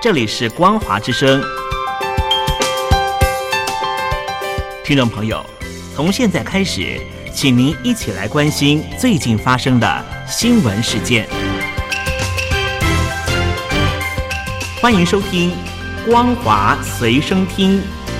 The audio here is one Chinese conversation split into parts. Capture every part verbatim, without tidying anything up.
这里是光华之声。听众朋友，从现在开始，请您一起来关心最近发生的新闻事件。欢迎收听光华随声听。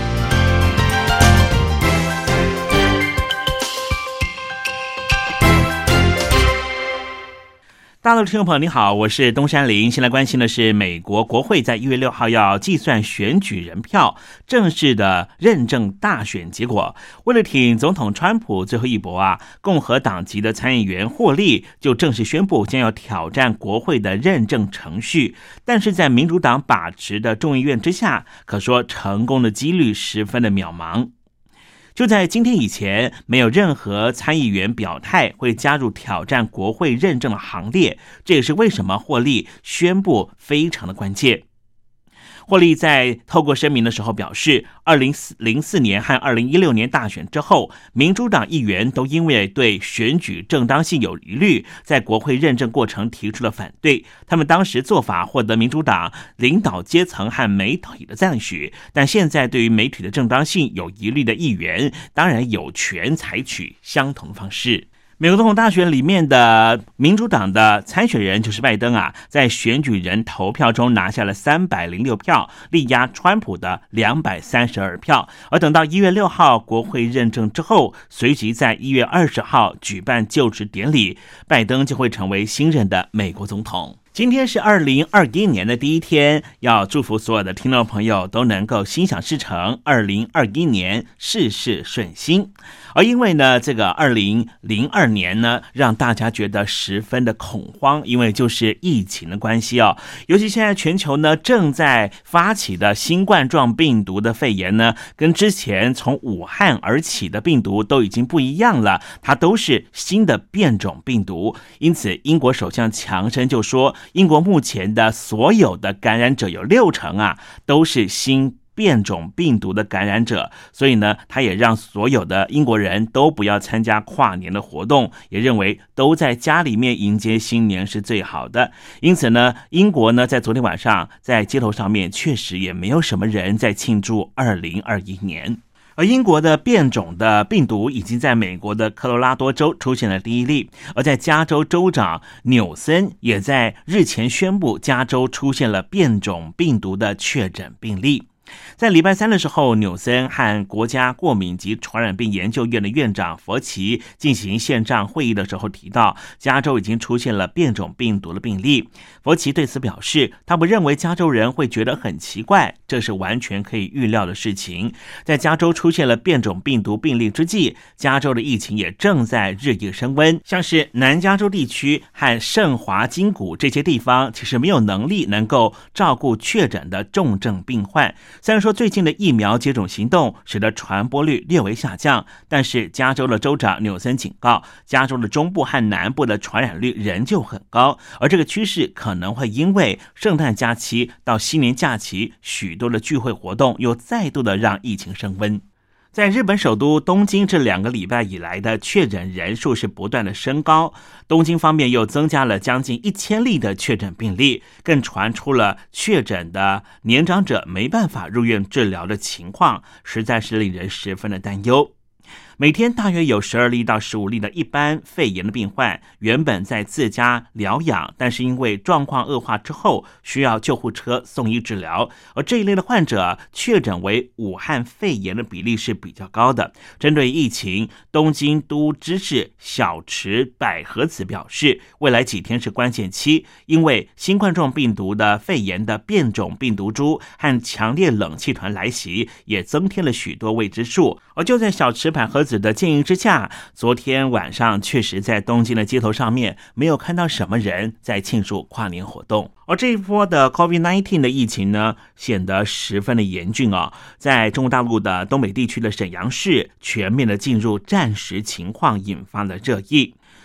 大陆听众朋友您好，我是东山林。现在关心的是美国国会在一月六号要计算选举人票，正式的认证大选结果。为了挺总统川普最后一搏啊，共和党籍的参议员霍利就正式宣布将要挑战国会的认证程序，但是在民主党把持的众议院之下，可说成功的几率十分的渺茫。就在今天以前，没有任何参议员表态会加入挑战国会认证的行列，这也是为什么霍利宣布非常的关键。霍利在透过声明的时候表示，二零零四年和二零一六年大选之后，民主党议员都因为对选举正当性有疑虑，在国会认证过程提出了反对。他们当时做法获得民主党领导阶层和媒体的赞许，但现在对于媒体的正当性有疑虑的议员，当然有权采取相同的方式。美国总统大选里面的民主党的参选人就是拜登啊，在选举人投票中拿下了三百零六票，力压川普的两百三十二票。而等到一月六号国会认证之后，随即在一月二十号举办就职典礼，拜登就会成为新任的美国总统。今天是二零二一年的第一天，要祝福所有的听众朋友都能够心想事成，二零二一年事事顺心。而因为呢，这个二零零二年呢，让大家觉得十分的恐慌，因为就是疫情的关系哦。尤其现在全球呢正在发起的新冠状病毒的肺炎呢，跟之前从武汉而起的病毒都已经不一样了，它都是新的变种病毒。因此，英国首相强生就说，英国目前的所有的感染者有六成啊，都是新变种病毒的感染者，所以呢，他也让所有的英国人都不要参加跨年的活动，也认为都在家里面迎接新年是最好的。因此呢，英国呢在昨天晚上在街头上面确实也没有什么人在庆祝二零二一年。而英国的变种的病毒已经在美国的科罗拉多州出现了第一例，而在加州州长纽森也在日前宣布，加州出现了变种病毒的确诊病例。在礼拜三的时候，纽森和国家过敏及传染病研究院的院长佛奇进行线上会议的时候提到，加州已经出现了变种病毒的病例。佛奇对此表示，他不认为加州人会觉得很奇怪，这是完全可以预料的事情。在加州出现了变种病毒病例之际，加州的疫情也正在日益升温，像是南加州地区和圣华金谷这些地方，其实没有能力能够照顾确诊的重症病患。虽然说最近的疫苗接种行动使得传播率略微下降，但是加州的州长纽森警告，加州的中部和南部的传染率仍旧很高，而这个趋势可能会因为圣诞假期到新年假期许多的聚会活动又再度的让疫情升温。在日本首都东京，这两个礼拜以来的确诊人数是不断的升高，东京方面又增加了将近一千例的确诊病例，更传出了确诊的年长者没办法入院治疗的情况，实在是令人十分的担忧。每天大约有十二例到十五例的一般肺炎的病患，原本在自家疗养，但是因为状况恶化之后，需要救护车送医治疗。而这一类的患者确诊为武汉肺炎的比例是比较高的。针对疫情，东京都知事小池百合子表示，未来几天是关键期，因为新冠状病毒的肺炎的变种病毒株和强烈冷气团来袭，也增添了许多未知数。而就在小池百合子的建议之下，昨天晚上确实在东京的街头上面没有看到什么人在庆祝跨年活动。而这一波的 COVID 十九 的疫情呢，显得十分的严峻哦。在中国大陆的东北地区的沈阳市全面的进入战时情况，引发了热议。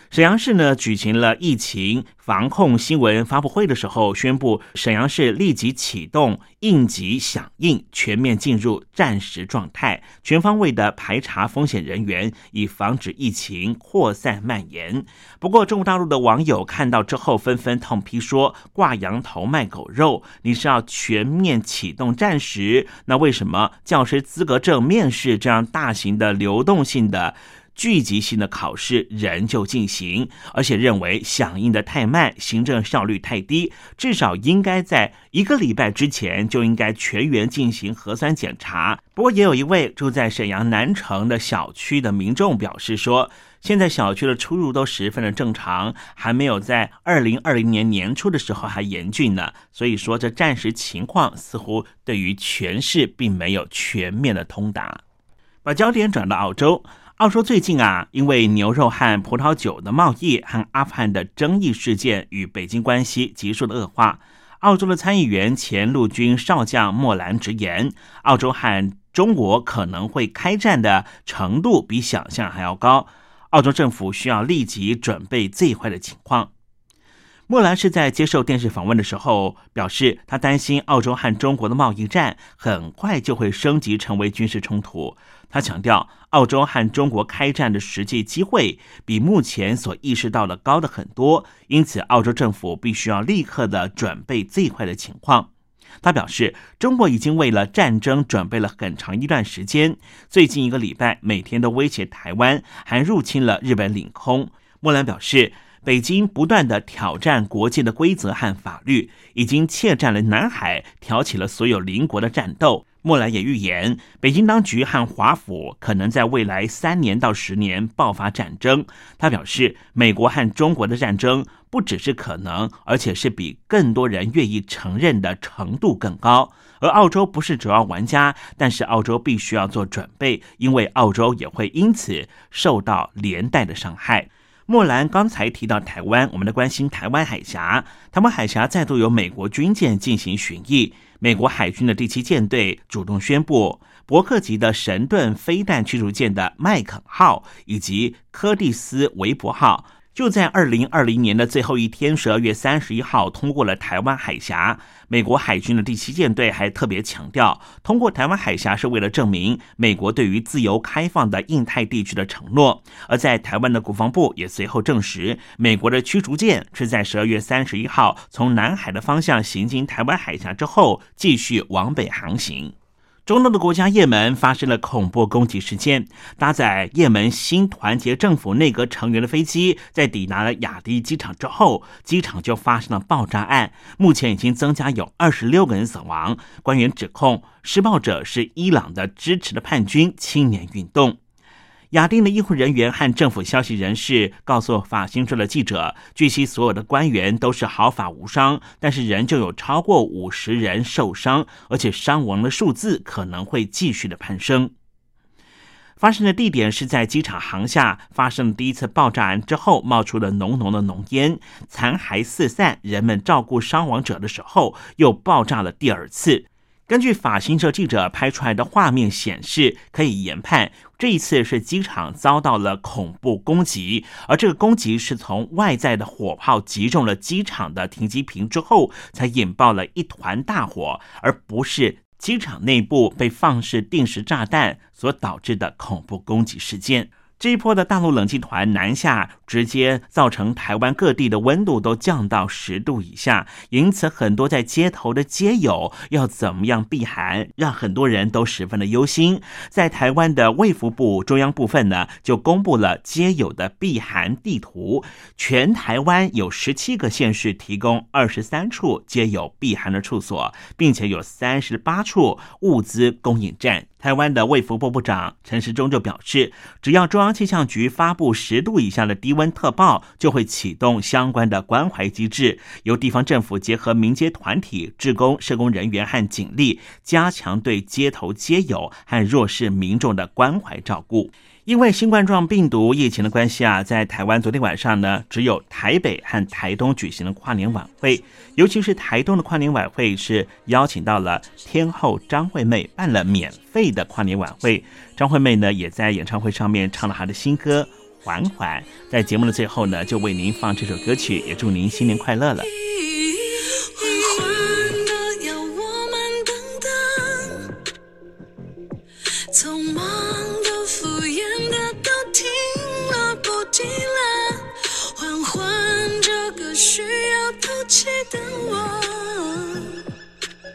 沈阳市呢举行了疫情防控新闻发布会的时候，宣布沈阳市立即启动应急响应，全面进入战时状态，全方位的排查风险人员，以防止疫情扩散蔓延。不过中国大陆的网友看到之后纷纷痛批说，挂羊头卖狗肉，你是要全面启动战时，那为什么教师资格证面试这样大型的流动性的聚集性的考试仍旧进行，而且认为响应的太慢，行政效率太低，至少应该在一个礼拜之前就应该全员进行核酸检查。不过也有一位住在沈阳南城的小区的民众表示说，现在小区的出入都十分的正常，还没有在二零二零年年初的时候还严峻呢，所以说这战时情况似乎对于全市并没有全面的通达。把焦点转到澳洲，澳洲最近啊，因为牛肉和葡萄酒的贸易和阿富汗的争议事件与北京关系急速的恶化。澳洲的参议员前陆军少将莫兰直言，澳洲和中国可能会开战的程度比想象还要高，澳洲政府需要立即准备最坏的情况。莫兰是在接受电视访问的时候表示，他担心澳洲和中国的贸易战很快就会升级成为军事冲突。他强调，澳洲和中国开战的实际机会比目前所意识到的高的很多，因此澳洲政府必须要立刻的准备最坏的情况。他表示，中国已经为了战争准备了很长一段时间，最近一个礼拜每天都威胁台湾，还入侵了日本领空。莫兰表示，北京不断的挑战国际的规则和法律，已经窃占了南海，挑起了所有邻国的战斗。莫兰也预言，北京当局和华府可能在未来三年到十年爆发战争。他表示，美国和中国的战争不只是可能，而且是比更多人愿意承认的程度更高。而澳洲不是主要玩家，但是澳洲必须要做准备，因为澳洲也会因此受到连带的伤害。莫兰刚才提到台湾，我们来关心台湾海峡。台湾海峡再度由美国军舰进行巡弋，美国海军的第七舰队主动宣布，伯克级的神盾飞弹驱逐舰的麦肯号以及柯蒂斯韦伯号就在二零二零年的最后一天，十二月三十一号通过了台湾海峡。美国海军的第七舰队还特别强调，通过台湾海峡是为了证明美国对于自由开放的印太地区的承诺。而在台湾的国防部也随后证实，美国的驱逐舰是在十二月三十一号从南海的方向行经台湾海峡之后，继续往北航行。中东的国家也门发生了恐怖攻击事件，搭载也门新团结政府内阁成员的飞机在抵达了亚迪机场之后，机场就发生了爆炸案，目前已经增加有二十六个人死亡。官员指控施暴者是伊朗的支持的叛军青年运动。亚丁的医护人员和政府消息人士告诉法新社的记者，据悉所有的官员都是毫发无伤，但是仍旧有超过五十人受伤，而且伤亡的数字可能会继续的攀升。发生的地点是在机场航厦发生第一次爆炸案之后，冒出了浓浓的浓烟，残骸四散，人们照顾伤亡者的时候又爆炸了第二次。根据法新社记者拍出来的画面显示，可以研判这一次是机场遭到了恐怖攻击，而这个攻击是从外在的火炮击中了机场的停机坪之后，才引爆了一团大火，而不是机场内部被放置定时炸弹所导致的恐怖攻击事件。这一波的大陆冷气团南下，直接造成台湾各地的温度都降到十度以下，因此很多在街头的街友要怎么样避寒，让很多人都十分的忧心。在台湾的卫福部中央部分呢，就公布了街友的避寒地图，全台湾有十七个县市提供二十三处街友避寒的处所，并且有三十八处物资供应站。台湾的卫福部部长陈时中就表示，只要中央气象局发布十度以下的低温特报，就会启动相关的关怀机制，由地方政府结合民间团体、志工、社工人员和警力，加强对街头街友和弱势民众的关怀照顾。因为新冠状病毒疫情的关系啊，在台湾昨天晚上呢，只有台北和台东举行了跨年晚会，尤其是台东的跨年晚会是邀请到了天后张惠妹，办了免费的跨年晚会。张惠妹呢，也在演唱会上面唱了她的新歌《 缓缓。在节目的最后呢，就为您放这首歌曲，也祝您新年快乐了。 匆忙的敷衍的都停了不提了，缓缓这个需要透气的我